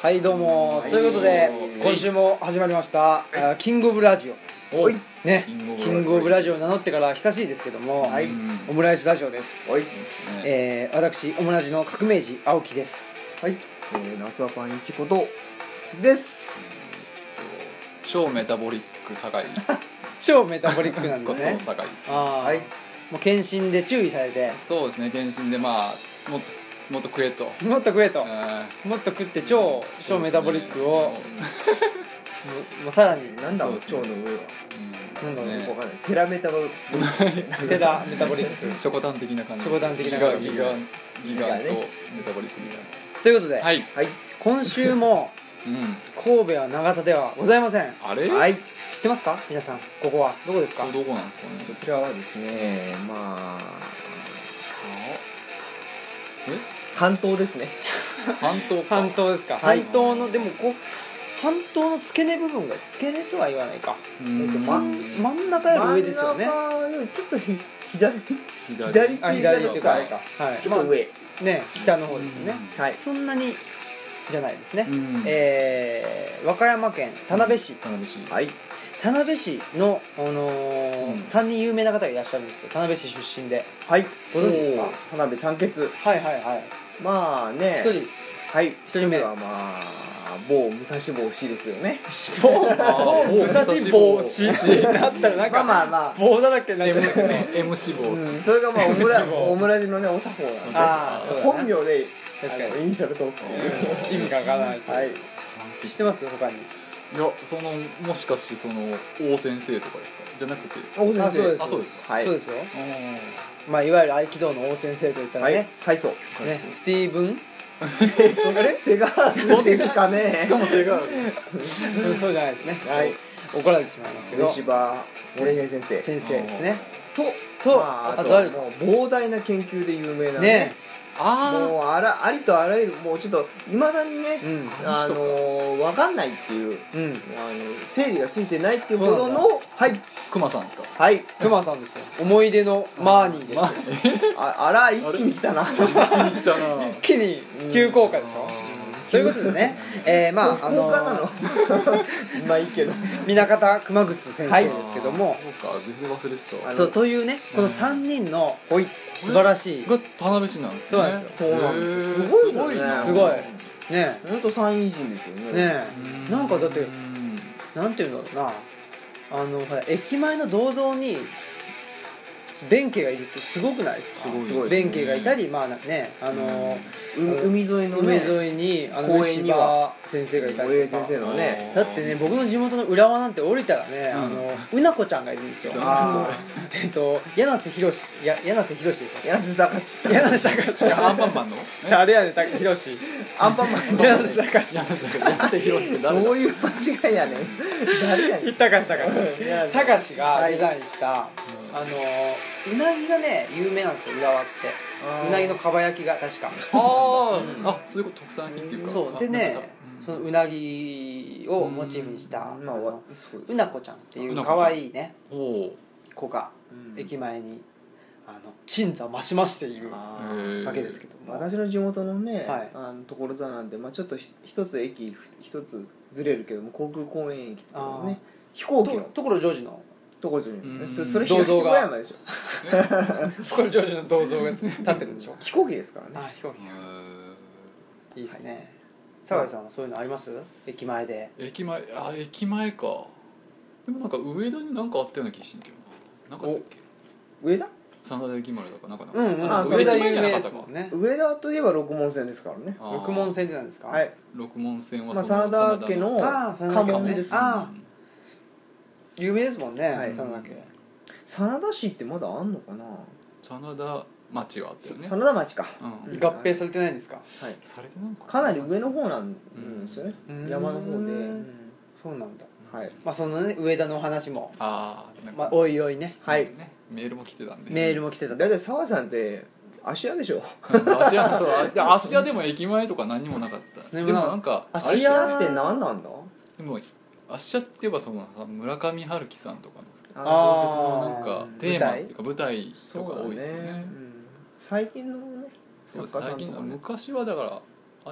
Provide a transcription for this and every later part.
はいどうも、 はいということで今週も始まりました、キングオブラジオね、キングオブラジオを名乗ってから久しいですけども、 はいオムライスラジオです。 はい、 私オムラジの革命児青木です。 はい、夏はパンイチことです。 超メタボリック酒井超メタボリックなんですね酒井です。 はい、もう検診で注意されて、 そうですね、検診でまあもっと食えと、 もっと食えと、 ももっと食って超メタボリックをもうさらになんだろう、 そうですね腸の上はなんだろうね、 よくわかんない。テラメタボリックテラメタボリックショコタン的な感じ、 ショコタン的な感じギガとねメタボリックみたいということで、 な。はい、 はい、 今週も神戸は長田ではございません。 あれ、 はい、 知ってますか皆さん？ここはどこですか？ どこなんですかね。 こちらはですね、まあ半島ですね。 半島か。 半島ですか？ はい半島のでもこう半島の付け根部分が付け根とは言わないか。真ん中より上ですよね。 真ん中よりちょっと左左っていう左っていうか、 かはい、 ちょっと上、 ね、北の方ですよね。 はい、 そんなにじゃないですね。 うん和歌山県田辺市。 はい、 田辺市の、3人有名な方がいらっしゃるんですよ。田辺市出身で。 はい、 ご存知ですか？ 田辺三傑。 はいはいはい。 まあね、 一人はい、 一人目はまあ某武蔵坊氏ですよね。 武蔵坊氏になったらなんかまあ棒だらけになっちゃうけど M 志望氏、 それがまあ武蔵坊オムラジのねお作法なんですよ。 あーそうだね本名で確かにイニシャルトーク。 意味がわからないと、 はい、 知ってます他に？ いや、もしかして王先生とかですか？じゃなくて、 大先生。 あ、そうですあ、そうですか。 はい、 そうですよ。まあいわゆる合気道の王先生といったらはいね、、 はい、そうね、スティーブンあれセガーですかね。 しかもそれがそうじゃないですね。 はい、 怒られてしまいますけど、 西場森平先生先生ですね。 と、 まああと誰かもう膨大な研究で有名なね、 もうありとあらゆる、もうちょっといまだにね、分かんないっていう、整理がついてないっていうほどの、はい、 クマさんですか？ はい、 クマさんですよ。思い出のマーニーですよ。 あら一気に来たな。 来たな。 一気に急降下でしょ。ということでね、まあ効果なのまあいいけど、 南方熊楠先生ですけども、 そうか、全然忘れてた。 そうというね、この3人の素晴らしい、 が田辺市なんですね。 そうなんですそうなんですよ。 すごいね。 すごいね、 本当三位人ですよね。 ねなんかだってなんていうんだろうな、ほら駅前の銅像に弁慶がいるってすごくないですか？ すごい弁慶がいたり、まあね、 海沿いのね、 海沿いに公園には先生がいた森りとか、 平先生のね、 だってね、僕の地元の浦和なんて降りたらね、うなこちゃんがいるんですよ。 あ柳瀬博士、柳瀬博士柳瀬隆柳瀬隆史アンパンマンのあれやね、博士アンパンマンの柳瀬隆史柳瀬博士って誰だ？ どういう間違いやねん。誰やねん。 隆史がデザインしたうなぎがね有名なんですよ、浦和って。うなぎのかば焼きが確か。 あ、そういうこと、特産品っていうか。 そうでね、そのうなぎをモチーフにしたうなこちゃんっていうかわいいね子が駅前に鎮座を増しましているわけですけども、 私の地元のね、 はい所沢なんて、まあ、ちょっと一つ駅一つずれるけども、航空公園駅ですけどね、飛行機の所ジョージの所ジョそれ東小山でしょ。 所ジョージの銅像が立ってるんでしょ。 飛行機ですからね。 飛行機いいですね。酒井さんはそういうのあります？駅前で。 駅前か。でもなんか上田になんかあったような気がしてんけどな。なんかあったっけ？ 上田？ 真田駅丸だかなんか上田有名ですもんね。 上田といえば六門線ですからね。 六門線ってなんですか？ はい。 六門線は真田家の家紋です。 有名ですもんね。 真田家。真田市ってまだあんのかな？ 真田町はあったよね。 真田町か。 合併されてないんですか？ されてないのかなり上の方なんですよね。山の方で。 そうなんだ。 はい。 まあそのね、上田のお話もおいおいね。 はい。 メールも来てたんで。 メールも来てた。 だいたい澤さんって芦屋でしょ。 芦屋、そう。芦屋でも駅前とか何にもなかった。でもなんか芦屋って何なんだ？ でも芦屋って言えば村上春樹さんとかの小説のなんかテーマっていうか舞台とか多いですよね。 最近のね、 そうです。最近昔はだからでも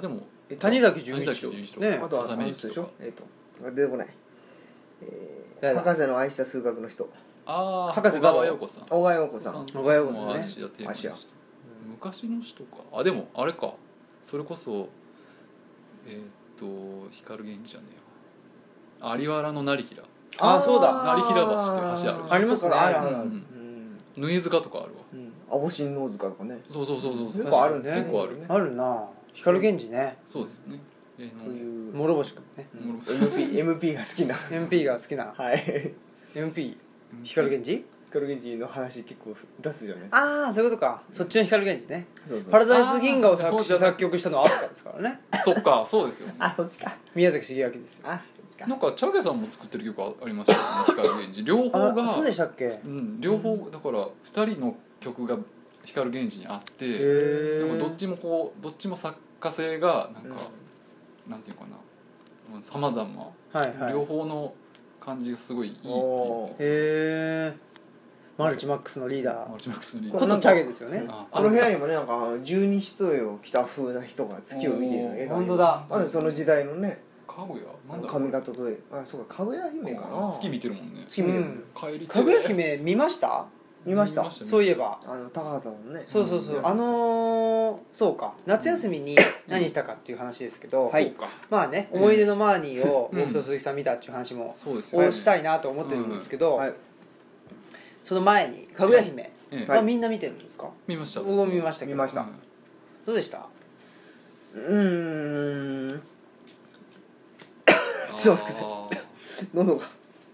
谷崎潤一とね、 あとは笹目駅とか出てこない、博士の愛した数学の人、 博士小川陽子さん小川陽子さん、 小川陽子さんね、 昔の人か、でもあれか、それこそ光源氏じゃねえや、有原の成平、 そうだ、 成平橋って橋あるありますね、 あるある、 縫い塚とかあるわ、 網新能塚とかね、 そう結構あるね、 結構ある、 あるな、光源氏ね、 そうですよね、 という諸星君ね、 MP が好きな MP が好きな、 はい MP 光源氏、 光源氏の話結構出すじゃないですか。 そういうことか、そっちの光源氏ね、 そうそうパラダイス銀河を作詞作曲したのは飛鳥ですからね、 そっか、そうですよ、 そっちか、 宮崎茂明ですよ、 そっちか、 なんかチャゲさんも作ってる曲ありましたよね、光源氏、両方がそうでしたっけ、 両方だから2人の曲が光源氏にあって、でもどっちも作家性がなんか、なんていうかな、さまざま、両方の感じがすごいいいっていう。 へえ、マルチマックスのリーダー、 マルチマックスのリーことチャゲですよね。 この部屋にもね、なんか十二使徒を着た風な人が月を見ている絵が、 本当だ、 まずその時代のね、 かぐやなんだ髪型と、そうか、かぐや姫かな、 月見てるもんね、 月見てる、 帰りかぐや姫見ました？ 見ました。 そういえば高畑のね、 そうそうか、夏休みに何したかっていう話ですけど、まあね、思い出のマーニーを僕と鈴木さん見たっていう話もしたいなと思ってるんですけど、その前にかぐや姫はみんな見てるんですか？ 見ました。 僕も見ましたけど、どうでした？ そう喉が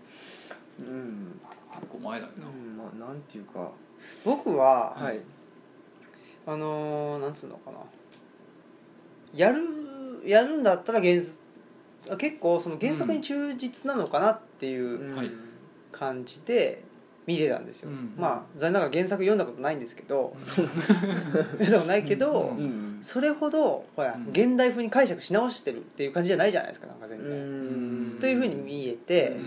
結構前だよな、なんていうか、 僕はなんつうのかな、やるんだったら結構その原作に忠実なのかなっていう感じで見てたんですよ、まあ残念ながら原作読んだことないんですけど読んだことないけど、それほどほら現代風に解釈し直してるっていう感じじゃないじゃないですか、なんか全然というふうに見えて、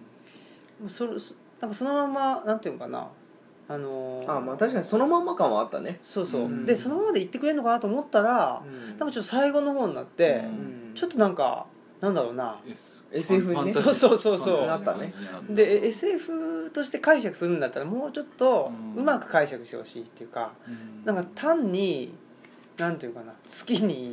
なんかそのままなんていうのかな、 まあ確かにそのまんま感はあったね。 そうそう、でそのままで言ってくれるのかなと思ったら、なんかちょっと最後の方になって、ちょっとなんかなんだろうな、 SF にね、 そうなったね。 で SF として解釈するんだったらもうちょっとうまく解釈してほしいっていうか、なんか単になんていうかな、月に行って、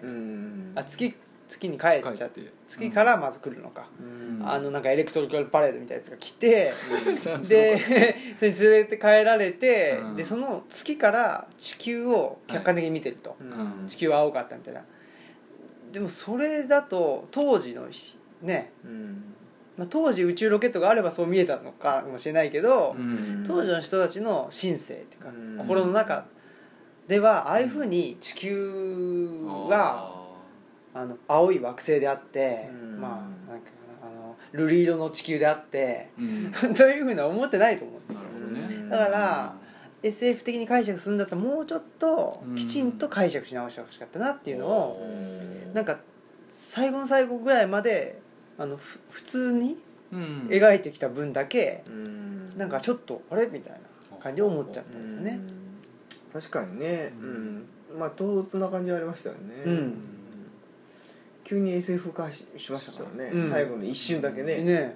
月に帰っちゃって、月からまず来るのか、なんかエレクトリカルパレードみたいなやつが来てでそれに連れて帰られて、でその月から地球を客観的に見てると、地球は青かったみたいな。でもそれだと当時のね、当時宇宙ロケットがあればそう見えたのかもしれないけど、当時の人たちの心性っていうか、心の中ではああいうふうに地球は青い惑星であって、まあなんか瑠璃色の地球であって、というふうには思ってないと思うんですよ、だから SF 的に解釈するんだったらもうちょっときちんと解釈し直してほしかったなっていうのを、なんか最後の最後ぐらいまで普通に描いてきた分だけ、なんかちょっとあれみたいな感じで思っちゃったんですよね。 確かにね、まあ唐突な感じはありましたよね、急に SF 化しましたからね、最後の一瞬だけね、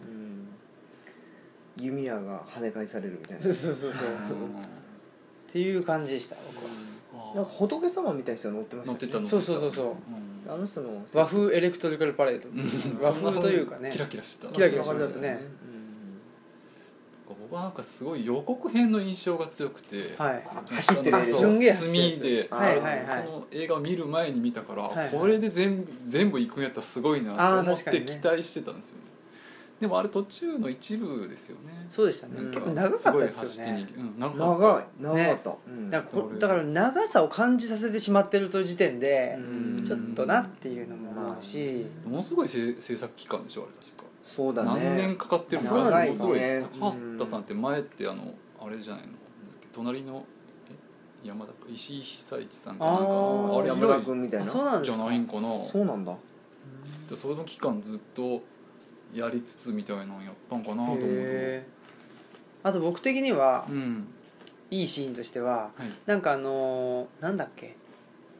弓矢が跳ね返されるみたいな、 そうっていう感じでした僕は。 なんか仏様みたいな人が乗ってましたね。 そう、 あの人の和風エレクトリカルパレード、和風というかね、 キラキラしてた、 キラキラしてたね。 僕はなんかすごい予告編の印象が強くて、 走ってるすんげえ走ってるその映画を見る前に見たから、これで全部行くんやったらすごいなと思って期待してたんですよね。でもあれ途中の一部ですよね。 そうでしたね、結構長かったですよね。 長かっただから長さを感じさせてしまってると時点でちょっとなっていうのも思うし、 ものすごい制作期間でしょあれ確か。 そうだね、 何年かかってるのか、 ものすごい。高畑さんって前ってあれじゃないの、隣の山田石井久一さんかなんかあれ山田君みたいなそうなんですか、 じゃないんかな。 そうなんだ。 でその期間ずっとやりつつみたいなのやったんかなと思うと、 あと僕的にはいいシーンとしては、なんかなんだっけ、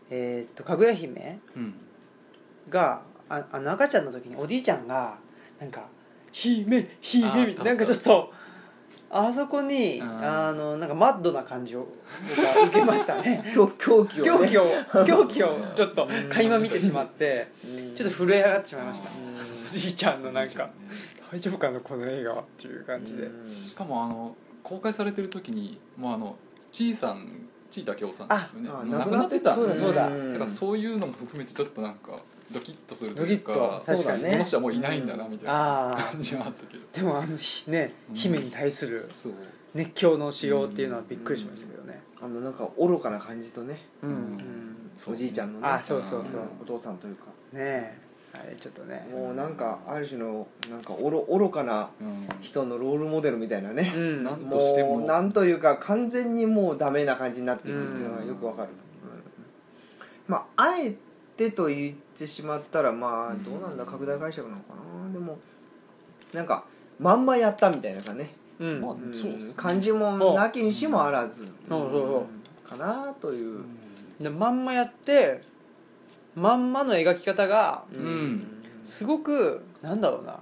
かぐや姫が赤ちゃんの時におじいちゃんがなんか姫姫みたいな、なんかちょっとあそこになんかマッドな感じを僕は受けましたね狂気をね狂気をちょっと垣間見てしまってちょっと震え上がってしまいました。おじいちゃんのなんか大丈夫かなこの映画はっていう感じで、 しかも公開されてる時にもうちいさんちいたきょうさんですよね、亡くなってたんで、 そうだだからそういうのも含めてちょっとなんかドキッとするというか、 確かにね、 この人はもういないんだなみたいな感じはあったけど、 でもね、姫に対する熱狂の仕様っていうのはびっくりしましたけどね、 なんか愚かな感じとね、おじいちゃんのね、 そうお父さんというかね、あれちょっとね、 もうなんかある種のなんか愚かな人のロールモデルみたいなね、もうなんというか完全にもうダメな感じになっていくっていうのがよくわかる、まああえてと言ってしまったらまあどうなんだ、拡大解釈なのかな、でもなんかまんまやったみたいなね、感じもなきにしもあらずかなという、 でまんまやってまんまの描き方がすごくなんだろうな、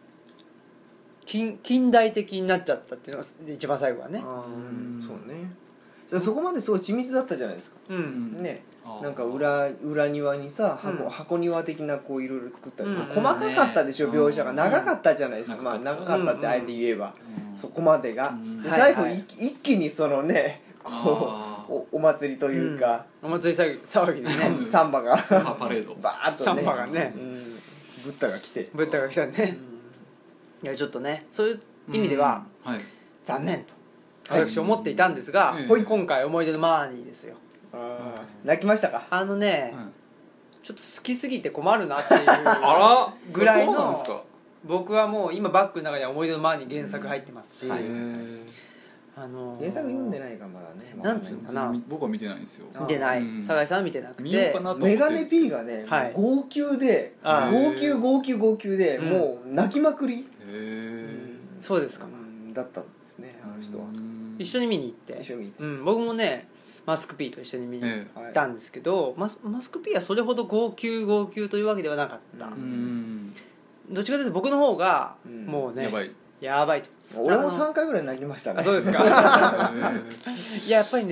近代的になっちゃったっていうのが一番最後はね、 そうね、そこまですごい緻密だったじゃないですか、ね、なんか裏庭にさ箱庭的なこういろいろ作ったり、細かかったでしょ、描写が長かったじゃないですか、まあ長かったってあえて言えば、そこまでが、最後一気にそのねこうお祭りというか、 お祭り騒ぎでねサンバがパレードバーッとね、 サンバがね、 ブッダが来てね、いやちょっとねそういう意味では残念と私思っていたんですが、今回思い出のマーニーですよ。 泣きましたか？ ちょっと好きすぎて困るなっていうぐらいの、僕はもう今バッグの中には思い出のマーニー原作入ってますし、 原作読んでないからまだね、 なんつうのかな、 僕は見てないんですよ。 見てない、酒井さんは見てなくて、 見ようかなと思って。 メガネ P がね、号泣で号泣でもう泣きまくり、 そうですか、 だったんですね、あの人は。 一緒に見に行って、僕もねマスク P と一緒に見に行ったんですけど、マスク P はそれほど号泣というわけではなかった、どっちかというと僕の方がもうねやばいと、 俺も3回ぐらい泣きましたね。 そうですかいややっぱりね、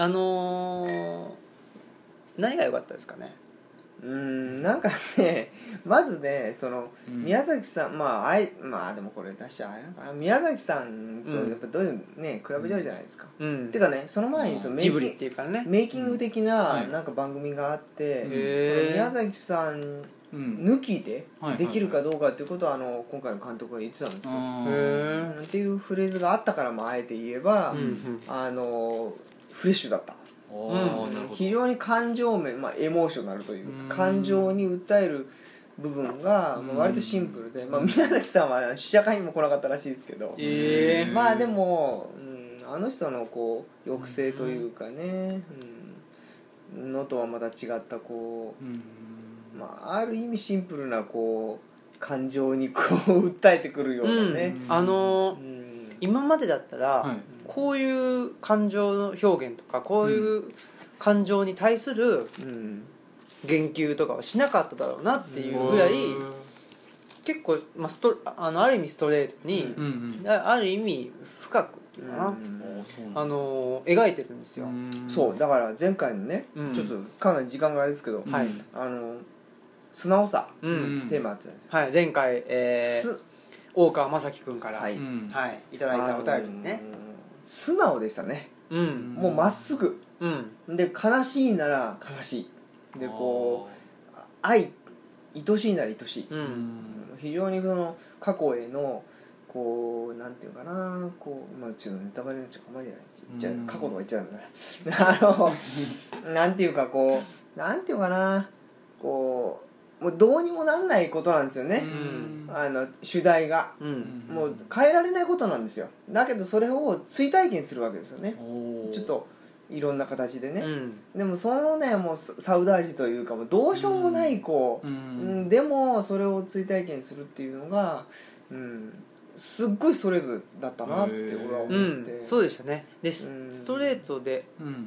何が良かったですかね。 なんかね、まずね、その宮崎さん、まあでもこれ出しちゃあれなのかな、宮崎さんとやっぱどういうね比べちゃうじゃないですか。てかね、その前にそのジブリっていうかね、 メイキング的ななんか番組があって、その宮崎さん抜きでできるかどうかっていうことは今回の監督が言ってたんですよ。っていうフレーズがあったからもあえて言えばフレッシュだった。非常に感情面、エモーショナルというか感情に訴える部分が割とシンプルで、宮崎さんは試写会にも来なかったらしいですけど、まあでも、あの人のこう抑制というかね、のとはまた違ったこう、ある意味シンプルなこう感情にこう訴えてくるようなね、今までだったら、こういう感情の表現とかこういう感情に対する言及とかはしなかっただろうなっていうぐらい、結構、ある意味ストレートに、ある意味深くっていうかな、描いてるんですよ。 そうだから前回のね、ちょっとかなり時間があれですけど、素直さ、テーマあった前回、大川正樹君からいただいたお便りにね、 素直でしたね、もうまっすぐ、で悲しいなら悲しいで、こう愛しいなら愛しい、非常にその過去へのこうなんていうかな、こうちょっとネタバレになっちゃうかもしれない、過去とか言っちゃうんだなんていうかこうなんていうかな、こうもうどうにもなんないことなんですよね、主題が、もう変えられないことなんですよ。だけどそれを追体験するわけですよね、ちょっといろんな形でね、でもそのねもうサウダージというかもうどうしようもないこう、でもそれを追体験するっていうのが、すっごいストレートだったなって俺は思って、 そうでしたね。でストレートで、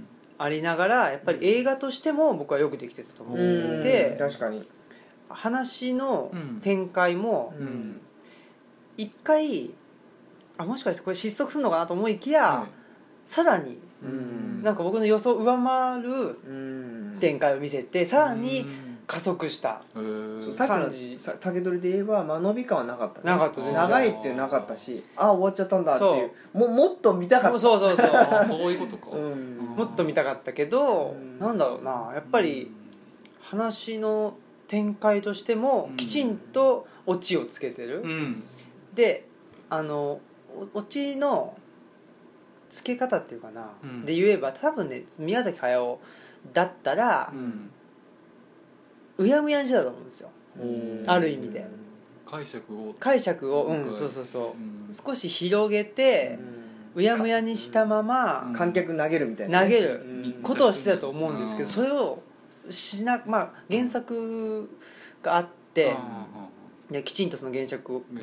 ありながらやっぱり映画としても僕はよくできてたと思っていて、 確かに話の展開も一回もしかしてこれ失速するのかなと思いきや、さらになんか僕の予想を上回る展開を見せて、さらに加速した感じ。竹取で言えば間延び感はなかったね。 なかったね。 長いっていうなかったし、終わっちゃったんだっていう、もっと見たかった。 そうそういうことか。 もっと見たかったけど、なんだろうな、やっぱり話の展開としてもきちんとオチをつけてる。で、オチのつけ方っていうかな、で言えば多分ね、宮崎駿だったらうやむやにしてたと思うんですよ、ある意味で解釈をそう少し広げてうやむやにしたまま観客投げるみたいな、 投げることをしてたと思うんですけど、それを原作があってきちんとその原着を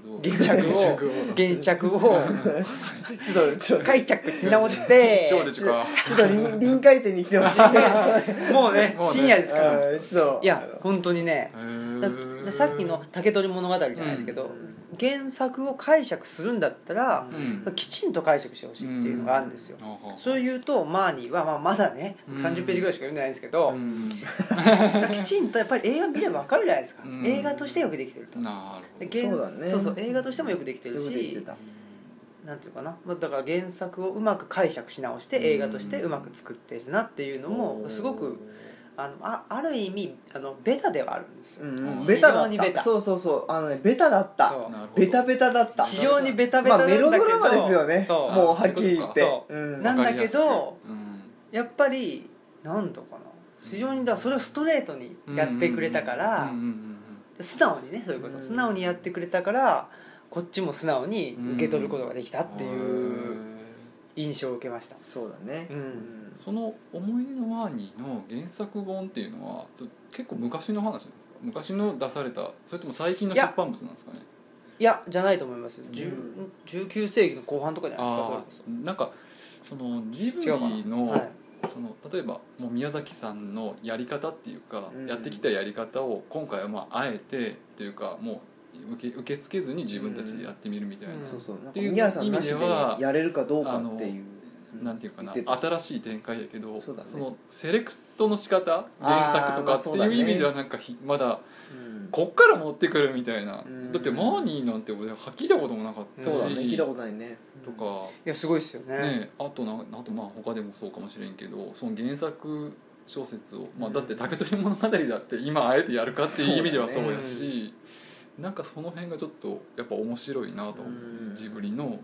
ちょっと解釈し直してちょっと臨界点に来てますねもうね深夜ですからいや本当にねさっきの竹取物語じゃないですけど、原作を解釈するんだったらきちんと解釈してほしいっていうのがあるんですよ。そういうとマーニーはまだね30ページぐらいしか読んでないんですけど、きちんとやっぱり映画見れば分かるじゃないですか。映画としてよくできてると。そう映画としてもよくできてるし、なんていうかな、だから原作をうまく解釈し直して映画としてうまく作っているなっていうのもすごくある意味ベタではあるんですよ。 ベタだった。そうベタだった。ベタベタだった。 非常にベタベタなんだけど、 メロドラマですよね。もうはっきり言って。 なんだけどやっぱりなんとかな、非常にそれをストレートにやってくれたから、素直にね、それこそ素直にやってくれたからこっちも素直に受け取ることができたっていう印象を受けました。 そうだね。 その「思い出のマーニー」の原作本っていうのは結構昔の話なんですか？昔の出された、それとも最近の出版物なんですかね？ いやじゃないと思います。19世紀の後半とかじゃないですか。 なんかそのジブリのその例えばもう宮崎さんのやり方っていうか、やってきたやり方を今回はあえてというかもう受け付けずに自分たちでやってみるみたいな、 っていう意味ではやれるかどうかっていう、 なんていうかな、新しい展開やけど、そのセレクトの仕方、原作とかっていう意味ではなんかまだこっから持ってくるみたいな。だってマーニーなんて俺聞いたこともなかったし、 聞いたことないねとか、 いやすごいですよね。 あと他でもそうかもしれんけど、その原作小説をだって竹取物語だって今あえてやるかっていう意味ではそうやし、なんかその辺がちょっとやっぱ面白いなと思う、ジブリの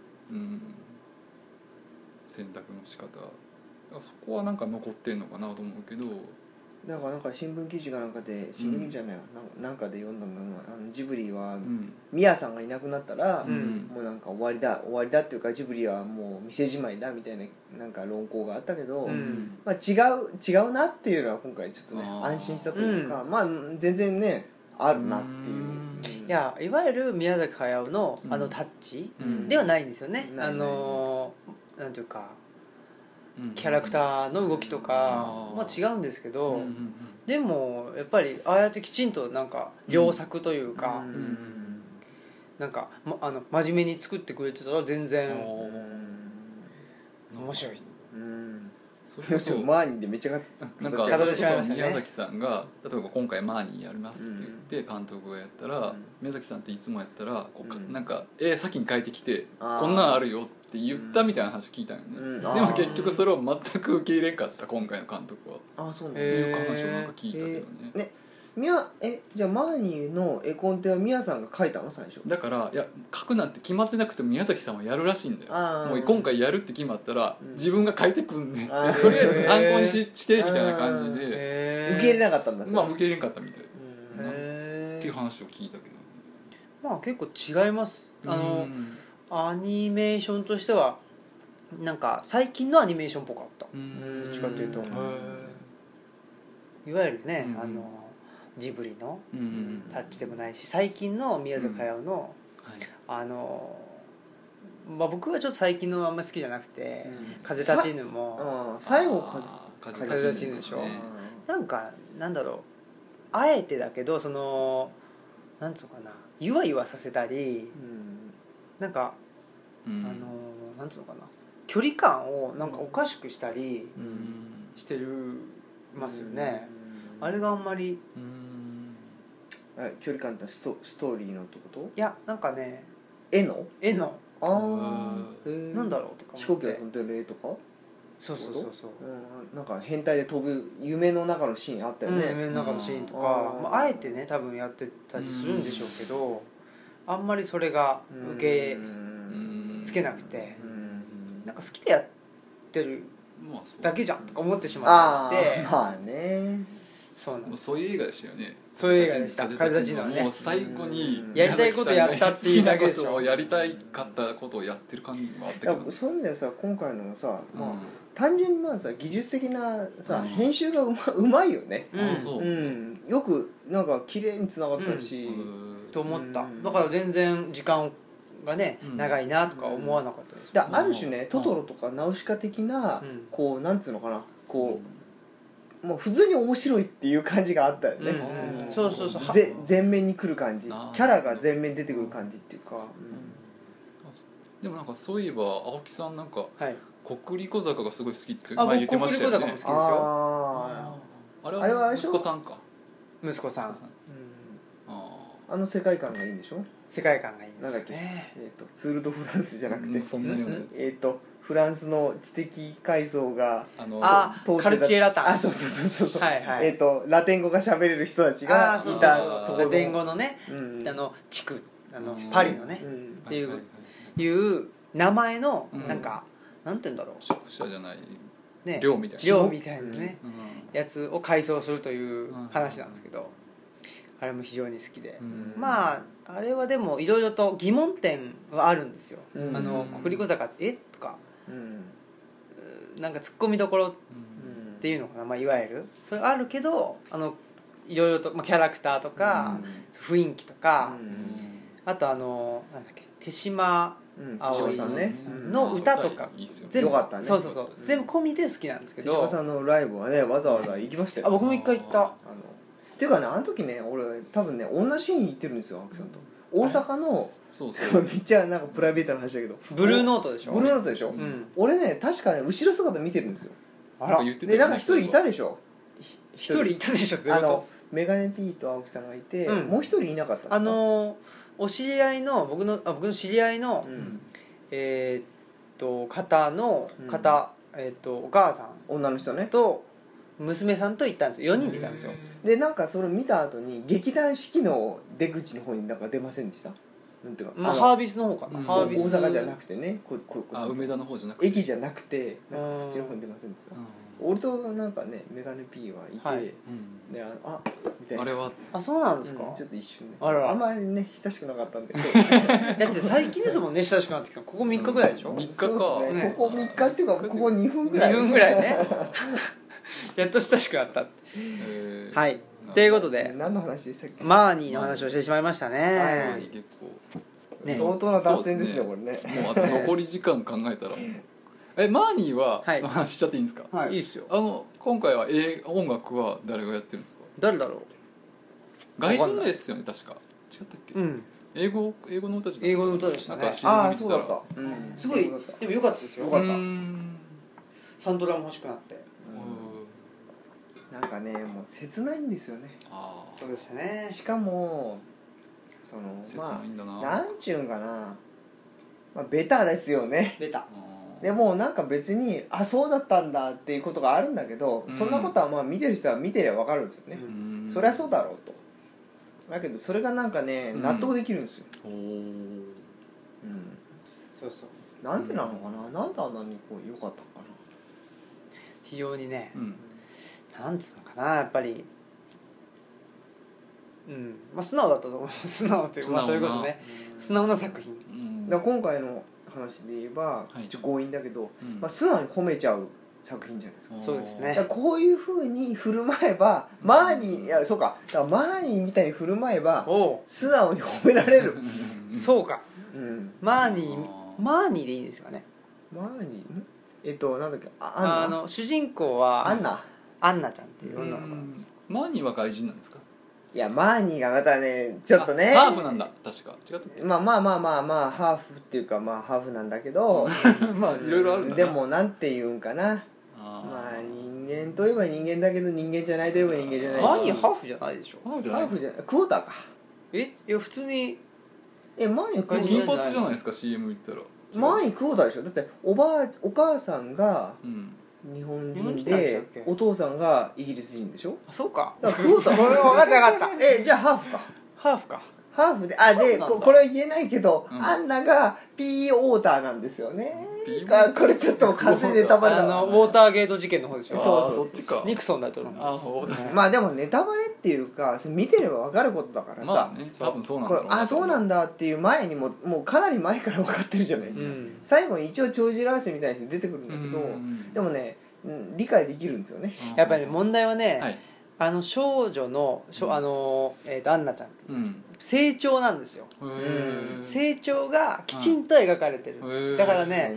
選択の仕方、そこはなんか残ってんのかなと思うけど、 だからなんか新聞記事かなんかで、新聞記事じゃないわ、なんかで読んだのはジブリはミヤさんがいなくなったらもうなんか終わりだっていうか、ジブリはもう店じまいだみたいななんか論考があったけど、違うなっていうのは今回ちょっとね安心したというか、全然ねあるなっていう。 いやいわゆる宮崎駿のタッチではないんですよね。なんていうかキャラクターの動きとか違うんですけど、でもやっぱりああやってきちんとなんか良作というか、なんか真面目に作ってくれてたら全然面白い。 それこそマーニーでめっちゃなんか宮崎さんが例えば今回マーニーやりますって言って監督がやったら、宮崎さんっていつもやったらなんか先に書いてきてこんなんあるよって言ったみたいな話聞いたよね。でも結局それを全く受け入れんかった今回の監督は。 そうなんっていう話をなんか聞いたけどね。 じゃあマーニーの絵コンテは宮さんが描いたの最初？ だからいや描くなんて決まってなくても宮崎さんはやるらしいんだよ。もう今回やるって決まったら自分が描いてくんねん、とりあえず参考にしてみたいな感じで受け入れなかったんだ。 受け入れんかったみたいっていう話を聞いたけど、 結構違います。アニメーションとしてはなんか最近のアニメーションっぽかった。どっちかというといわゆるね、ジブリのタッチでもないし、最近の宮崎駿の、 まあ、僕はちょっと最近のあんまり好きじゃなくて、風立ちぬも最後風立ちぬでしょ。なんかなんだろう、あえてだけどそのなんつうのかな、ゆわゆわさせたり、なんかなんつうのかな、距離感をなんかおかしくしたりしてるますよね。あれがあんまり距離感ってストーリーのってこと？ いやなんかね、 絵のなんだろうとか思って、 飛行機が飛んでる絵とか？ そう、 なんか変態で飛ぶ夢の中のシーンあったよね、 夢の中のシーンとか、あえてね多分やってたりするんでしょうけど、あんまりそれが受けつけなくて、なんか好きでやってるだけじゃんとか思ってしまったりして、 まあね、 そういう映画でしたよね。 そういう映画でした。風立ちぬはね、 もう最後にやりたいことやったっていうだけでしょ。 好きなことをやりたいかったことをやってる感じもあったけど、 そういう意味ではさ、今回のさ、単純にまあさ、技術的なさ、編集がうまいよね。よくなんか綺麗につながったし、 と思った。だから全然時間がね長いなとか思わなかったです。 ある種ね、トトロとかナウシカ的なこうなんつうのかな、こうもう普通に面白いっていう感じがあったよね。 そう前面に来る感じ、キャラが前面に出てくる感じっていうか。 でもなんかそういえば青木さんなんか国立小坂がすごい好きって前言ってましたよね。 国立小坂も好きですよ。 あれは息子さんか。 息子さん。 あの世界観がいいんでしょ。 世界観がいいんですよね。 ツール・ド・フランスじゃなくて、 そんなようなフランスの知的階層がカルチエラタン、 そうラテン語が喋れる人たちがいたところ、 ラテン語のね、地区、パリのねっていう名前のなんかなんて言うんだろう、 宿舎じゃないね、 寮みたいな寮みたいなねやつを改装するという話なんですけど、あれも非常に好きで、まああれはでもいろいろと疑問点はあるんですよ。国立小坂とか、なんかツッコミどころっていうのかな、まあ、いわゆるそれあるけど、いろいろと、まあ、キャラクターとか、雰囲気とか、あとなんだっけ、手島葵さんの歌とか全部そう全部込みで好きなんですけど、 手島さんのライブはねわざわざ行きましたよ。 僕も一回行った。 っていうかね、あの時ね、俺多分ね同じ日に行ってるんですよ、青木さんと。大阪のめっちゃなんかプライベートな話だけど、 ブルーノートでしょ。 ブルーノートでしょ。俺ね確かね後ろ姿見てるんですよ。でなんか一人いたでしょ。 一人いたでしょ。 メガネ P と青木さんがいて、もう一人いなかったんですか。 お知り合いの僕の知り合いの方のお母さん、 女の人ねと娘さんと行ったんですよ。4人で行ったんですよ。 でなんかそれ見た後に劇団四季の出口の方になんか出ませんでした？なんていうか、 ハービスの方かな。ハービス大阪じゃなくてね、 梅田の方じゃなくて駅じゃなくて、なんかこっちの方に出ませんでした？俺となんかねメガネ P はいて、でみたいな、 あれはそうなんですか。 ちょっと一瞬ね、 あんまりね親しくなかったんで。 だって最近ですもんね、親しくなってきた。ここ3日ぐらいでしょ。 3日か。ここ3日っていうかここ2分ぐらい。 2分ぐらいね。やっと親しくなった。はい。ということで、 何の話でしたっけ？ マーニーの話をしてしまいましたね。 マーニー結構相当な脱線ですねこれね。 もうあと残り時間考えたらマーニーはの話しちゃっていいんですか？ いいですよ。 今回は音楽は誰がやってるんですか？ 誰だろう。 外人ですよね確か。違ったっけ？英語の歌じゃなくて。 英語の歌でしたね。 そうだった。 すごいでも良かったですよ。良かった。サントラも欲しくなって。 なんかねもう切ないんですよね。 そうですね。 しかもまあなんちゅうんかな、まあベタですよね。 ベタ。 でもなんか別にそうだったんだっていうことがあるんだけど、そんなことはまあ見てる人は見てれば分かるんですよね。そりゃそうだろうと。だけどそれがなんかね納得できるんですよ。 そうそう。 なんでなのかな、なんであんなにこう良かったかな。 非常にね、なんつうのかな、やっぱりまあ素直だったと思う。素直というか、まあそれこそね素直な作品。 だから今回の話で言えば強引だけど、まあ素直に褒めちゃう作品じゃないですか。 そうですね。 だからこういう風に振る舞えばマーニー、いやそうか、だからマーニーみたいに振る舞えば素直に褒められる。 そうか。マーニーマーニーでいいんですかね。 マーニなんだっけ、 主人公はアンナちゃんっていう女の子なんですよ。 マーニーは外人なんですか？ いやマーニーがまたねちょっとねハーフなんだ確か。違った。 まあハーフっていうかハーフなんだけどまあいろいろあるんだな。 でもなんていうんかな、まあ人間といえば人間だけど人間じゃないといえば人間じゃない。 マーニーハーフじゃないでしょ。 ハーフじゃないクォーターか。 いや普通にマーニークォーター金髪じゃないですか CM 見てたら。 マーニークォーターでしょ。だってお母さんが日本人でお父さんがイギリス人でしょ。 あ、そうか。 だからクォーター分かったじゃあハーフか。 ハーフか。 ハーフででこれは言えないけど、アンナがピーオーターなんですよね。これちょっと完全にネタバレだ。 ウォーターゲート事件の方でしょ。 そうそっちか。 ニクソン大統領の。まあでもネタバレっていうか見てれば分かることだからさ、 まあね、多分そうなんだろうな。 そうなんだっていう前にもうかなり前から分かってるじゃないですか。最後に一応帳尻合わせみたいにして出てくるんだけど、でもね理解できるんですよね。 やっぱり問題はね、少女のアンナちゃんっていう成長なんですよ。成長がきちんと描かれてる。だからね、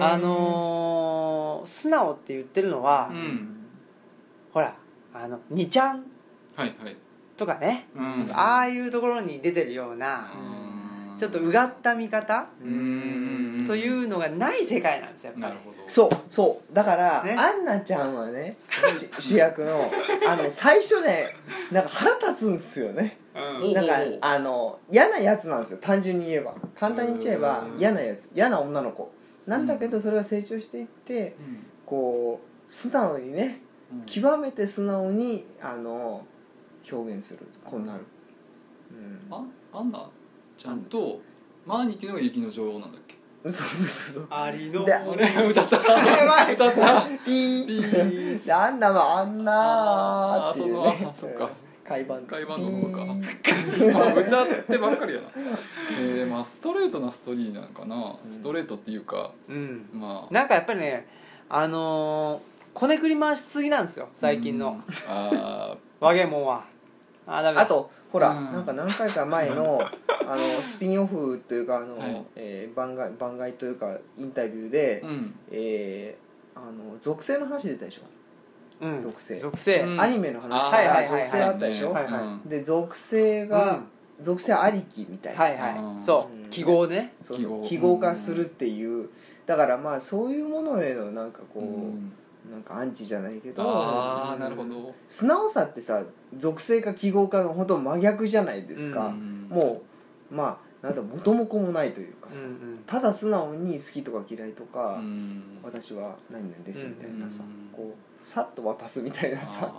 素直って言ってるのは、ほら2ちゃんとかね、ああいうところに出てるようなちょっとうがった見方というのがない世界なんですよ。やっぱりそうだから、ね、アンナちゃんはね主役の最初ねなんか腹立つんですよね。なんか嫌なやつなんですよ。単純に言えば、簡単に言っちゃえば嫌なやつ、嫌な女の子なんだけど、それが成長していってこう素直にね、極めて素直に表現する、こうなる。 アンナちゃんとマーニーっていうのが雪の女王なんだっけ？ そうありの歌ったピーでアンナはアンナーっていうね、 そっか、 海版の方か歌ってばっかりやな。まあストレートなストーリーなのかな。ストレートっていうか、 まあなんかやっぱりねこねくり回しすぎなんですよ最近の和芸もんは。 あとほら、なんか何回か前のスピンオフというか番外というかインタビューで、属性の話出たでしょ。属性アニメの話が属性あったでしょ。で属性ありきみたいな、 そう記号ね、 記号化するっていう。だからまあそういうものへのなんかこう、なんかアンチじゃないけど、 なるほど。 素直さってさ、属性か記号かの本当真逆じゃないですか。もうまあなんだ元も子もないというかさ、ただ素直に好きとか嫌いとか、私は何々ですみたいなさ、こうさっと渡すみたいなさ、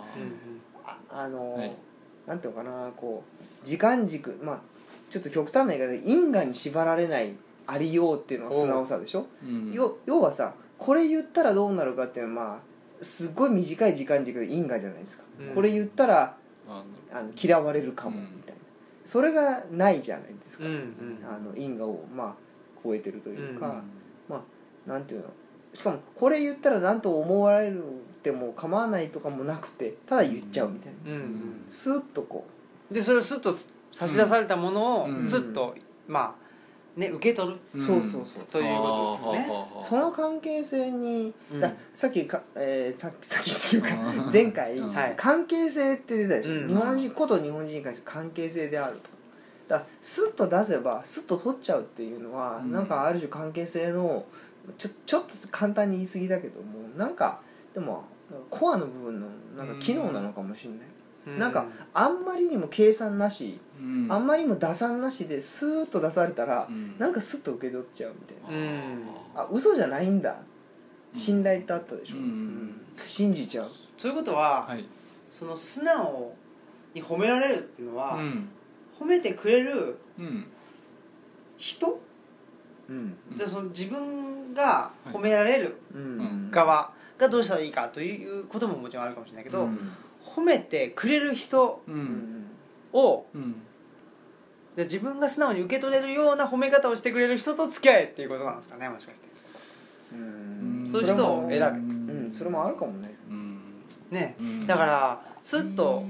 なんていうのかな、こう時間軸、まあちょっと極端な言い方で因果に縛られないありようっていうのが素直さでしょ。要はさ、これ言ったらどうなるかっていうのは、まあすごい短い時間軸で因果じゃないですか。これ言ったら嫌われるかもみたいな、それがないじゃないですか。因果をまあ超えてるというか、まあなんていうの、しかもこれ言ったら何と思われるっても構わないとかもなくて、ただ言っちゃうみたいな、スーッとこうでそれをスッと差し出されたものをスッとまあね、受け取る、 そうということですよね。 その関係性に、さっきっていうか前回、関係性って出たでしょ。日本人こと日本人に関して関係性であると。だからスッと出せばスッと取っちゃうっていうのは、なんかある種関係性のちょっと簡単に言い過ぎだけども、なんかでもコアの部分のなんか機能なのかもしれない。なんかあんまりにも計算なし、あんまりにも打算なしでスーッと出されたら、なんかスッと受け取っちゃうみたいな、嘘じゃないんだ、信頼ってあったでしょ、信じちゃう。 そういうことは、その素直に褒められるっていうのは、褒めてくれる人、でその自分が褒められる側がどうしたらいいかということももちろんあるかもしれないけど、褒めてくれる人を、で自分が素直に受け取れるような褒め方をしてくれる人と付き合えっていうことなんですかね、もしかして。そういう人を選べ、 それもあるかもね。 ね、だからスッと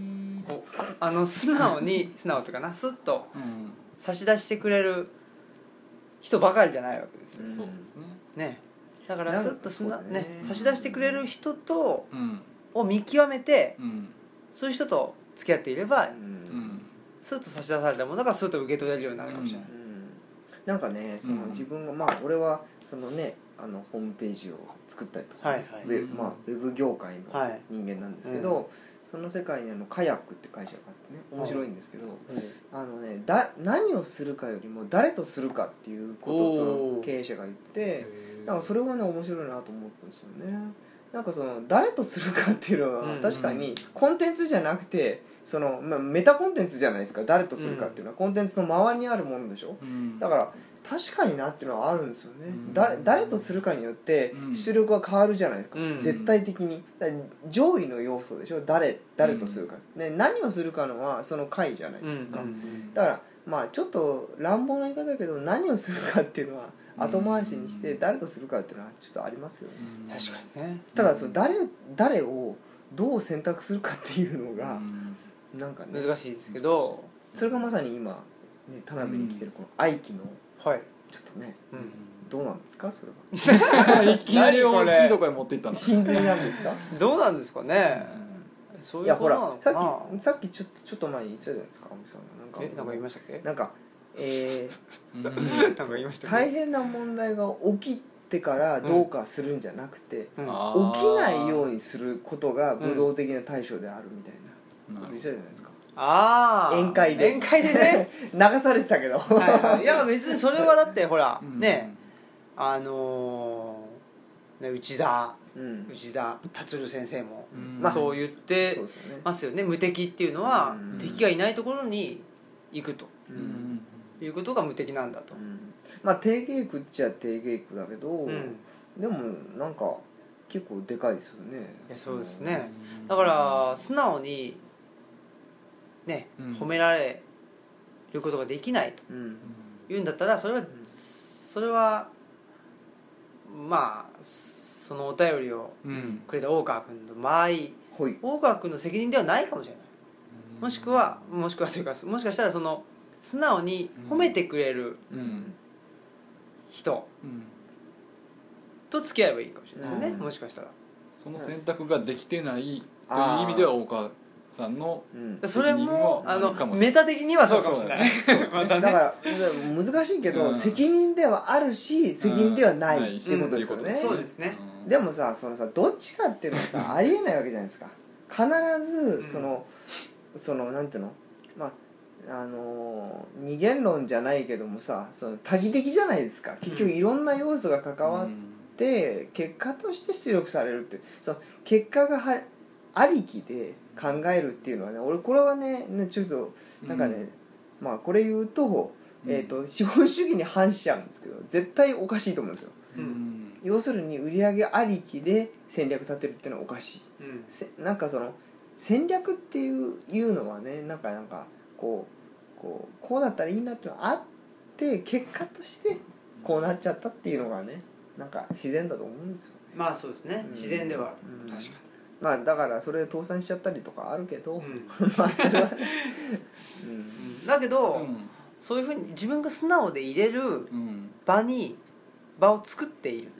素直というかな、スッと差し出してくれる人ばかりじゃないわけですよ、 そうですね。 ね、だからスッと差し出してくれる人と、を見極めて、そういう人と付き合っていれば、スッと差し出されたものがスッと受け取れるようになるかもしれない、 なんかねその自分がまあ俺はそのねホームページを作ったりとか、ウェブ業界の人間なんですけど、その世界にカヤックって会社があってね面白いんですけど、何をするかよりも誰とするかっていうことをその経営者が言って、なんかそれはね面白いなと思ったんですよね。なんかその誰とするかっていうのは確かにコンテンツじゃなくてその、メタコンテンツじゃないですか。誰とするかっていうのはコンテンツの周りにあるものでしょ、だから確かになっていうのはあるんですよね、誰とするかによって出力が変わるじゃないですか、絶対的に上位の要素でしょ。誰とするか、何をするかのはその回じゃないですか、だからまあちょっと乱暴な言い方だけど何をするかっていうのは後回しにして誰とするかっていうのはちょっとありますよね、 確かにね。 ただその誰をどう選択するかっていうのがなんかね難しいですけど、 それがまさに今、ね、田辺に来てるこの愛機のちょっとね、どうなんですかそれは。 いきなり大きいとこへ持っていったの。 真髄なんですか。 どうなんですかね。そういうことなのかな。 さっきちょっと前に言ってたじゃないですか、青木さんが。 なんか言いましたっけ。 なんかなんか言いましたっけ。 大変な問題が起きてからどうかするんじゃなくて、起きないようにすることが武道的な対処であるみたいなこと言ってたじゃないですか。宴会でね流されてたけど、 いや別にそれはだってほらね、内田達先生もそう言ってますよね。無敵っていうのは敵がいないところに行くということが無敵なんだと。 まあ低稽古っちゃ低稽古だけど、でもなんか結構でかいですよね。 いやそうですね。だから素直にね、褒められることができないというんだったら、それはまあそのお便りをくれた大川君の場合、大川君の責任ではないかもしれない。もしくはというか、もしかしたらその素直に褒めてくれる人と付き合えばいいかもしれないですよね。もしかしたらその選択ができてないという意味では大川さんのそれもメタ的にはそうかもしれない。 だから難しいけど、責任ではあるし責任ではないっていうことですよね。 そうですね。 でもさ、どっちかっていうのはさありえないわけじゃないですか。必ずそのなんていうの、まあ二元論じゃないけどもさ、その多義的じゃないですか。結局いろんな要素が関わって結果として出力されるって、その結果がありきで考えるっていうのはね、俺これはねちょっとなんかね、まあこれ言うと、資本主義に反しちゃうんですけど絶対おかしいと思うんですよ。要するに売上ありきで戦略立てるっていうのはおかしい。なんかその戦略っていうのはね、なんかこうだったらいいなっていうのがあって、結果としてこうなっちゃったっていうのがね、なんか自然だと思うんですよね。 まあそうですね、自然では確かに。 まあだからそれで倒産しちゃったりとかあるけど、まあそれはねだけど、そういうふうに自分が素直でいれる場を作っている、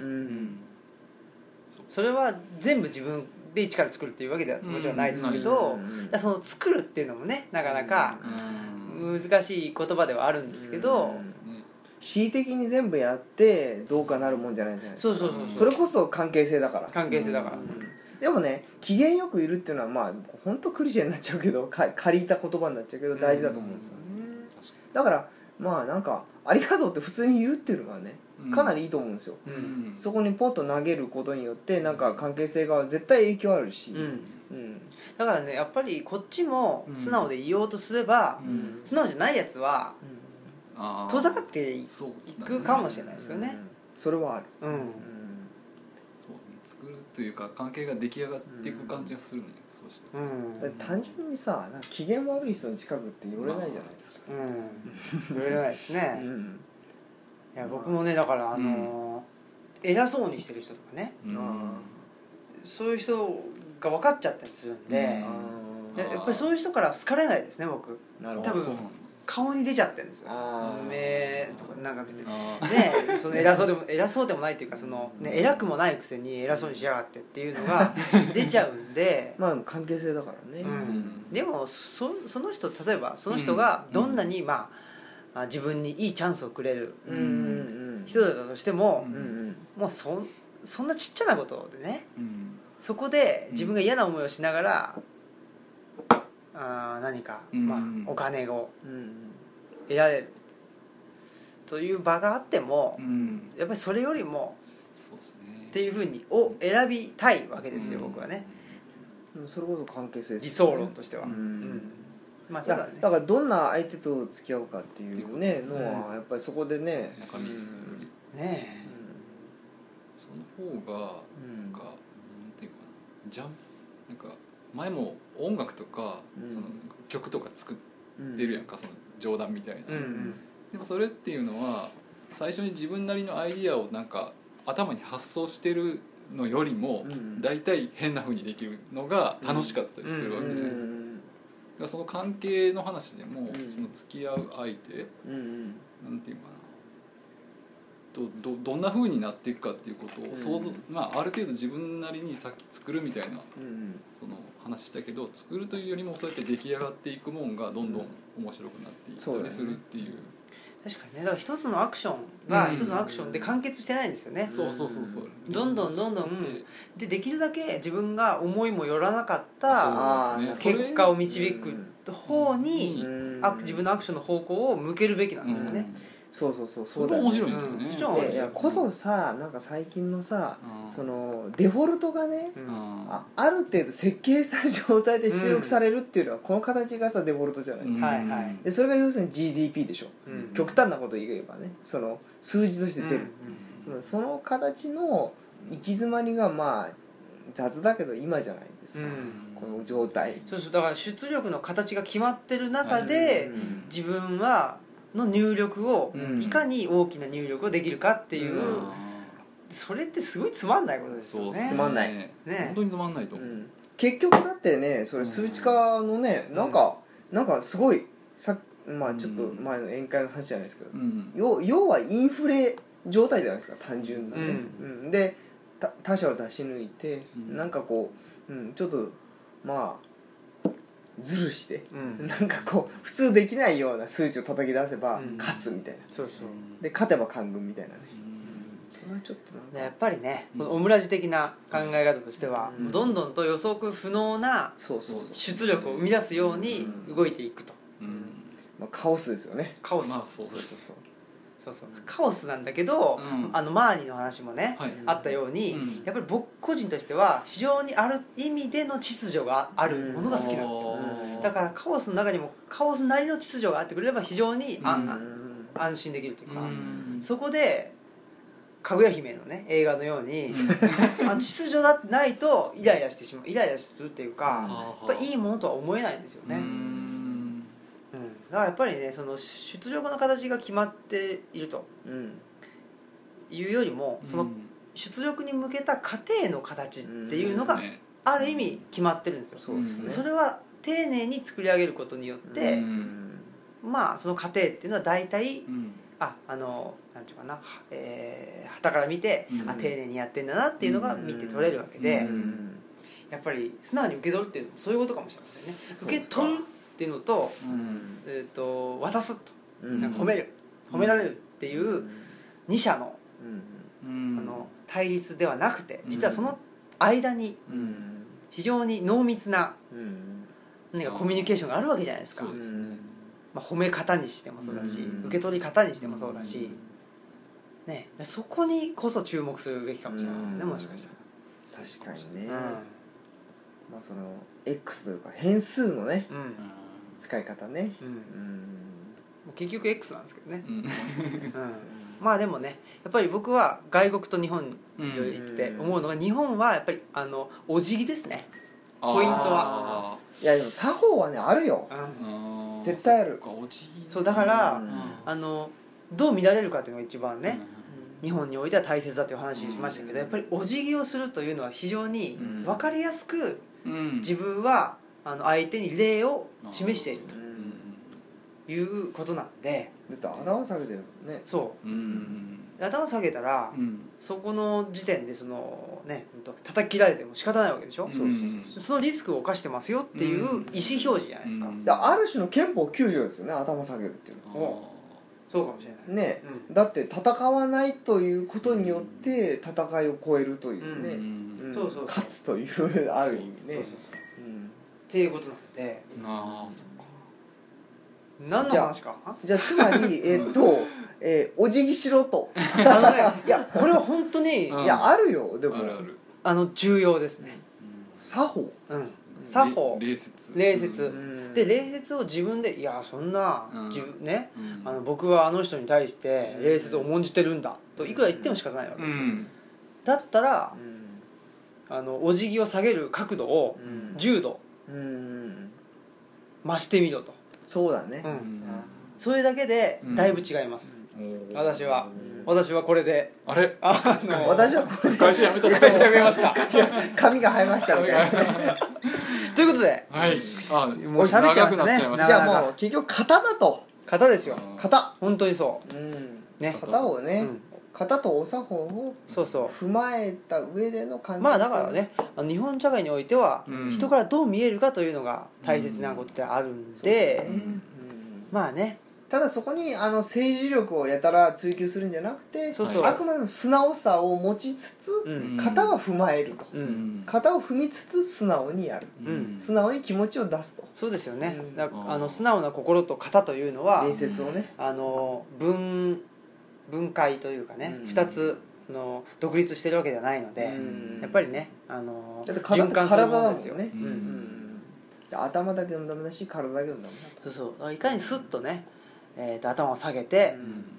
それは全部自分で一から作るっていうわけではもちろんないですけど、その作るっていうのもね、なかなか難しい言葉ではあるんですけど、 恣意的に全部やってどうかなるもんじゃないじゃないですか。 そうそれこそ関係性だから。でもね、機嫌よくいるっていうのはまあ本当クリシェになっちゃうけど、借りた言葉になっちゃうけど大事だと思うんですよね。だからまあなんかありがとうって普通に言うっていうのはね、かなりいいと思うんですよ。そこにポッと投げることによってなんか関係性が絶対影響あるし、 だからね、やっぱりこっちも素直でいようとすれば、素直じゃないやつは遠ざかっていくかもしれないですよね。 それはある。 作るというか関係が出来上がっていく感じがするね、そうして単純にさ、なんか機嫌悪い人の近くって寄れないじゃないですか。 寄れないですね。いや僕もね、だから偉そうにしてる人とかね、そういう人が分かっちゃったりするんで、やっぱりそういう人から好かれないですね、僕。多分顔に出ちゃってるんですよ。目とかなんか別にね、その偉そうでもないっていうか、そのね、偉くもないくせに偉そうにしやがってっていうのが出ちゃうんでまあ関係性だからね、 でもその人、例えばその人がどんなにまあ自分にいいチャンスをくれる人だったとしても、もうそんなちっちゃなことでね、そこで自分が嫌な思いをしながら何か、まあ、お金を得られるという場があっても、やっぱりそれよりもそうですねっていうふうにを選びたいわけですよ、僕はね。 それこそ関係性ですね、 理想論としては。 まあ、ただね、だからどんな相手と付き合うかっていうねのはやっぱりそこでね、 中身ですね、 その方がなんかなんていうかな、なんか前も音楽とかその曲とか作ってるやんか、その冗談みたいな、でもそれっていうのは最初に自分なりのアイディアをなんか頭に発想してるのよりも大体変な風にできるのが楽しかったりするわけじゃないですか。だからその関係の話でもその付き合う相手なんていうかな、どんな風になっていくかっていうことを想像、まあ、ある程度自分なりにさっき作るみたいなその話したけど、作るというよりもそうやって出来上がっていくもんがどんどん面白くなっていったりするっていう。 確かにね、だから一つのアクションが一つのアクションで完結してないんですよね。 そうどんどんでできるだけ自分が思いもよらなかった結果を導く方に自分のアクションの方向を向けるべきなんですよね。 そうそれ面白いですよね。 いやことさ、なんか最近のさ、そのデフォルトがね、ある程度設計した状態で出力されるっていうのは、この形がさデフォルトじゃないですか。でそれが要するに GDP でしょ。極端なこと言えばね、その数字として出る。その形の行き詰まりがまあ雑だけど今じゃないですか、この状態。 そうだから出力の形が決まってる中で、自分はの入力をいかに大きな入力をできるかっていう、それってすごいつまんないことですよね。 つまんないね、本当につまんないと思う。 結局だってね、それ数値化のね、なんかすごいまあちょっと前の宴会の話じゃないですけど、要はインフレ状態じゃないですか、単純なね。で他者を出し抜いて、なんかこう、ちょっとまあズルして、なんかこう普通できないような数値を叩き出せば勝つみたいな、で勝てば官軍みたいなね。それはちょっとなんかやっぱりね、このオムラジ的な考え方としては、どんどんと予測不能な出力を生み出すように動いていくと。 まあカオスですよね。 カオス。そうカオスなんだけど、マーニーの話もね、あったように、やっぱり僕個人としては非常にある意味での秩序があるものが好きなんですよ。だからカオスの中にもカオスなりの秩序があってくれれば非常に安心できるというか、そこでかぐや姫のね映画のように秩序がないとイライラするっていうか、やっぱいいものとは思えないんですよね。だからやっぱりね、その出力の形が決まっているというよりも、その出力に向けた過程の形っていうのがある意味決まってるんですよ。それは丁寧に作り上げることによって、まあその過程っていうのは大体なんていうかな、傍から見て、丁寧にやってんだなっていうのが見て取れるわけで、やっぱり素直に受け取るっていうのもそういうことかもしれませんね。受け取るっていうのと、渡すと、褒められるっていう二者の、対立ではなくて、実はその間に非常に濃密な何かコミュニケーションがあるわけじゃないですか。褒め方にしてもそうだし、受け取り方にしてもそうだし、ね、そこにこそ注目するべきかもしれないね、もしかしたら。 確かにね。まあその X というか変数のね、使い方ね、 結局 X なんですけどね。まあでもね、やっぱり僕は外国と日本に行って思うのが、日本はやっぱりお辞儀ですね、ポイントは。 いやでも作法はねあるよ、絶対ある。 そうだからどう見られるかというのが一番ね、日本においては大切だという話をしましたけど、やっぱりお辞儀をするというのは非常に分かりやすく自分は相手に礼を示しているということなんで、 だって頭下げてるもんね。 そう、頭下げたら、そこの時点でそのね叩き切られても仕方ないわけでしょ、そのリスクを冒してますよっていう意思表示じゃないですか、 ある種の憲法9条ですよね、頭下げるっていうのは。 そうかもしれないね、だって戦わないということによって戦いを超えるというね、勝つというある意味ね、 っていうことなんで、 ああそっか、 何の話か。 じゃあつまりお辞儀しろと。 いやこれは本当に、 いやあるよ、でも重要ですね。 作法、 作法、 礼節で礼節を自分で、いやそんな、ね、僕はあの人に対して礼節を重んじてるんだといくら言っても仕方ないわけですよ、だったら、お辞儀を下げる角度を10度増してみろと。 そうだね、 それだけでだいぶ違います、私はこれであれ私はこれで会社辞めました髪が生えましたみたいなということで、 もう喋っちゃいましたね。 じゃあもう結局型だと。 型ですよ、 型。 本当にそう、 ね、型をね、型とお作法を踏まえた上での感じ。 まあだからね、日本社会においては人からどう見えるかというのが大切なことであるんで、まあね、 ただそこに政治力をやたら追求するんじゃなくて、あくまでも素直さを持ちつつ、型は踏まえると、型を踏みつつ素直にやる、素直に気持ちを出すと。 そうですよね、素直な心と型というのは礼節をね、 分解というかね、2つ独立してるわけではないので、やっぱりね循環するものですよね。 頭だけでもダメだし体だけでもダメだと。 そういかにスッとね、頭を下げて、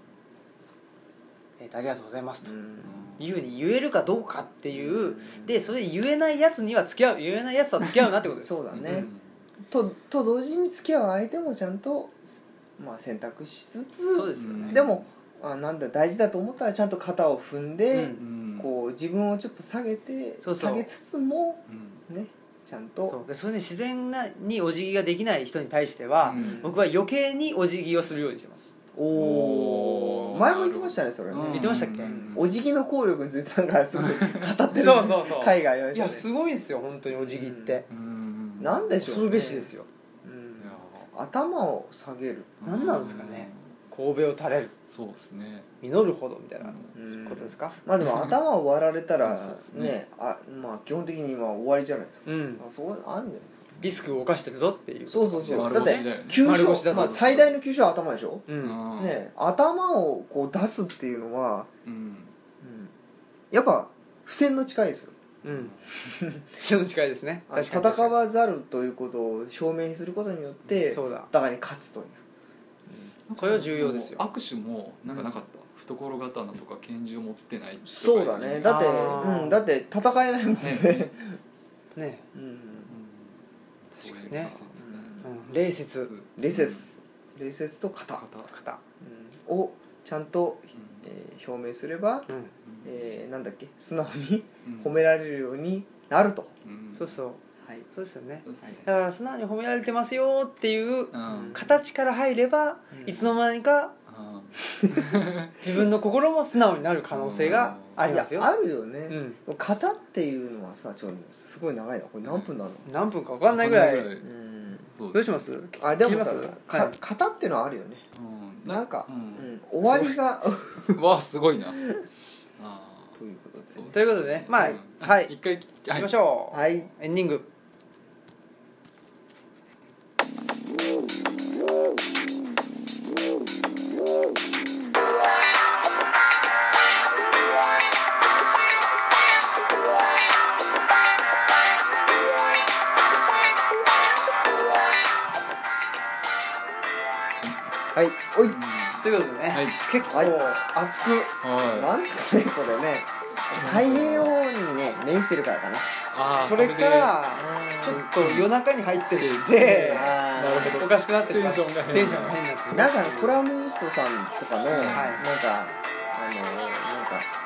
ありがとうございますというふうに言えるかどうかっていう、でそれ言えないやつには付き合う、言えないやつは付き合うなってことです。 そうだね、と同時に付き合う相手もちゃんと、選択しつつ、 そうですよね、 でもなんだ大事だと思ったらちゃんと肩を踏んで、こう自分をちょっと下げて、下げつつも、ね、ちゃんとそれで自然にお辞儀ができない人に対しては、僕は余計にお辞儀をするようにしてます。 お前も言ってましたね、それね。 言ってましたっけ？ お辞儀の効力についてなんかすごい語ってる回がありましたね。 いやすごいですよ本当にお辞儀って、 なんでしょうね、 恐るべしですよ。 頭を下げる、 何なんですかね。神戸を垂れる、 そうですね、 実るほどみたいなことですか。 でも頭を割られたらね、基本的に今終わりじゃないですか。そうあるんじゃないですか。 リスクを冒してるぞっていう。 そうだって急所、最大の急所は頭でしょ。ね、頭をこう出すっていうのはやっぱ不戦の誓いですよ。 不戦の誓いですね。 戦わざるということを証明することによってお互いに勝つという。 それは重要ですよ。 握手もなんかなかった、懐刀とか拳銃を持ってない。 そうだね、だって戦えないもんね。 ね、 そういう礼節と型をちゃんと表明すれば、なんだっけ、素直に褒められるようになると。 そうですよね。だから素直に褒められてますよっていう形から入れば、いつの間にか自分の心も素直になる可能性がありますよ。 あるよね。型っていうのはさ、すごい長いな。これ何分なの？ 何分か分かんないぐらい。どうします？ でもさ、型っていうのはあるよね。なんか終わりがわあすごいな。 ということですね。 ということでね、 一回行きましょう。エンディング。 はい、おいということでね、結構熱く、 なんですかねこれね、太平洋にね面してるからかな。 それかちょっと夜中に入ってるんで、おかしくなってる、テンションが変になってる。 なんかコラムニストさんとかのなんか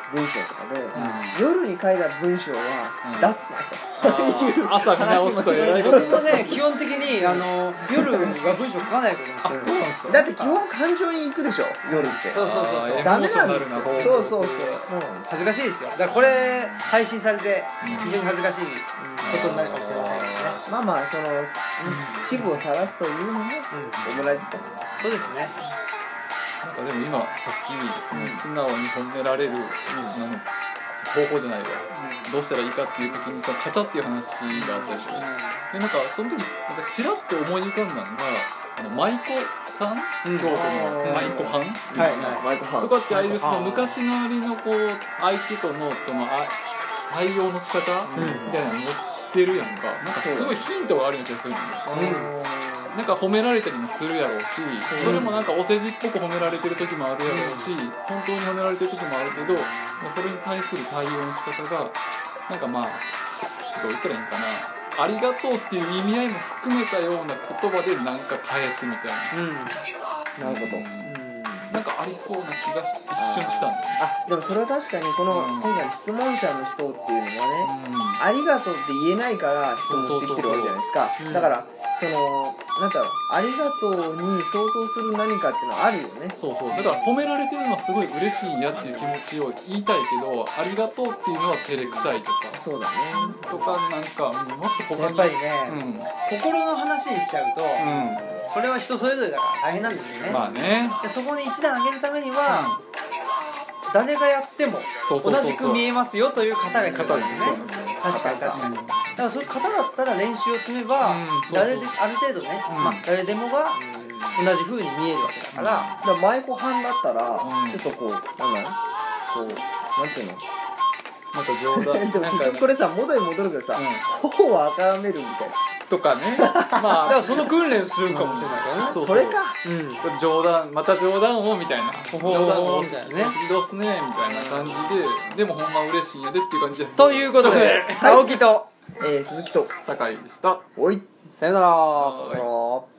文章とかで、夜に書いた文章は出すなと、 朝見直すと偉いことですね。基本的に夜は文章書かないことにしてる。 そうなんですか。だって基本感情に行くでしょ夜って。 そうダメなんですよ。そう恥ずかしいですよ。だからこれ配信されて非常に恥ずかしいことになるかもしれませんけどね。 まあまあその恥部を晒すというのもオムライスと。 そうですね。 なんかでも今さっき素直に褒められる方法じゃないわ、どうしたらいいかっていう時にさ型っていう話があったでしょ、でなんかその時なんかチラッと思い浮かんだのが舞妓さん、京都の舞妓藩とかってああいうその昔のありのこう相手との対応の仕方みたいなの持ってるやんか、なんかすごいヒントがあるような気がするんですよ、なんか褒められたりもするやろうし、それもなんかお世辞っぽく褒められてる時もあるやろうし、本当に褒められてる時もあるけど、それに対する対応の仕方がなんかまあどう言ったらいいんかな、ありがとうっていう意味合いも含めたような言葉でなんか返すみたいな、なるほど、 なんかありそうな気が一瞬したんだよね。 でもそれは確かにこの今回の質問者の人っていうのはね、ありがとうって言えないから質問してきてるわけじゃないですか。だからそのなんだろう、ありがとうに相当する何かっていうのはあるよね。 そうだから褒められてるのはすごい嬉しいんやっていう気持ちを言いたいけど、ありがとうっていうのは照れくさいとか、 そうだねとかなんかもっと他にやっぱりね、心の話にしちゃうと、それは人それぞれだから大変なんですよね。 まあね。 でそこに一段上げるためには、誰がやっても同じく見えますよという方が必要なんですよね。確かにだからそういう方だったら練習を積めば、ある程度ね、誰でもが同じ風に見えるわけだから、 舞妓藩だったらちょっとこうなんていうの、 なんか冗談でもこれさ元に戻るけどさ、頬をあからめるみたいなとかね、 だからその訓練をするかもしれないからね。 それか、 冗談また冗談をみたいな、冗談を多すぎどすねみたいな感じで、でもほんま嬉しいんやでっていう感じで。 ということで青木と鈴木と酒井でした。 おい、 さよなら。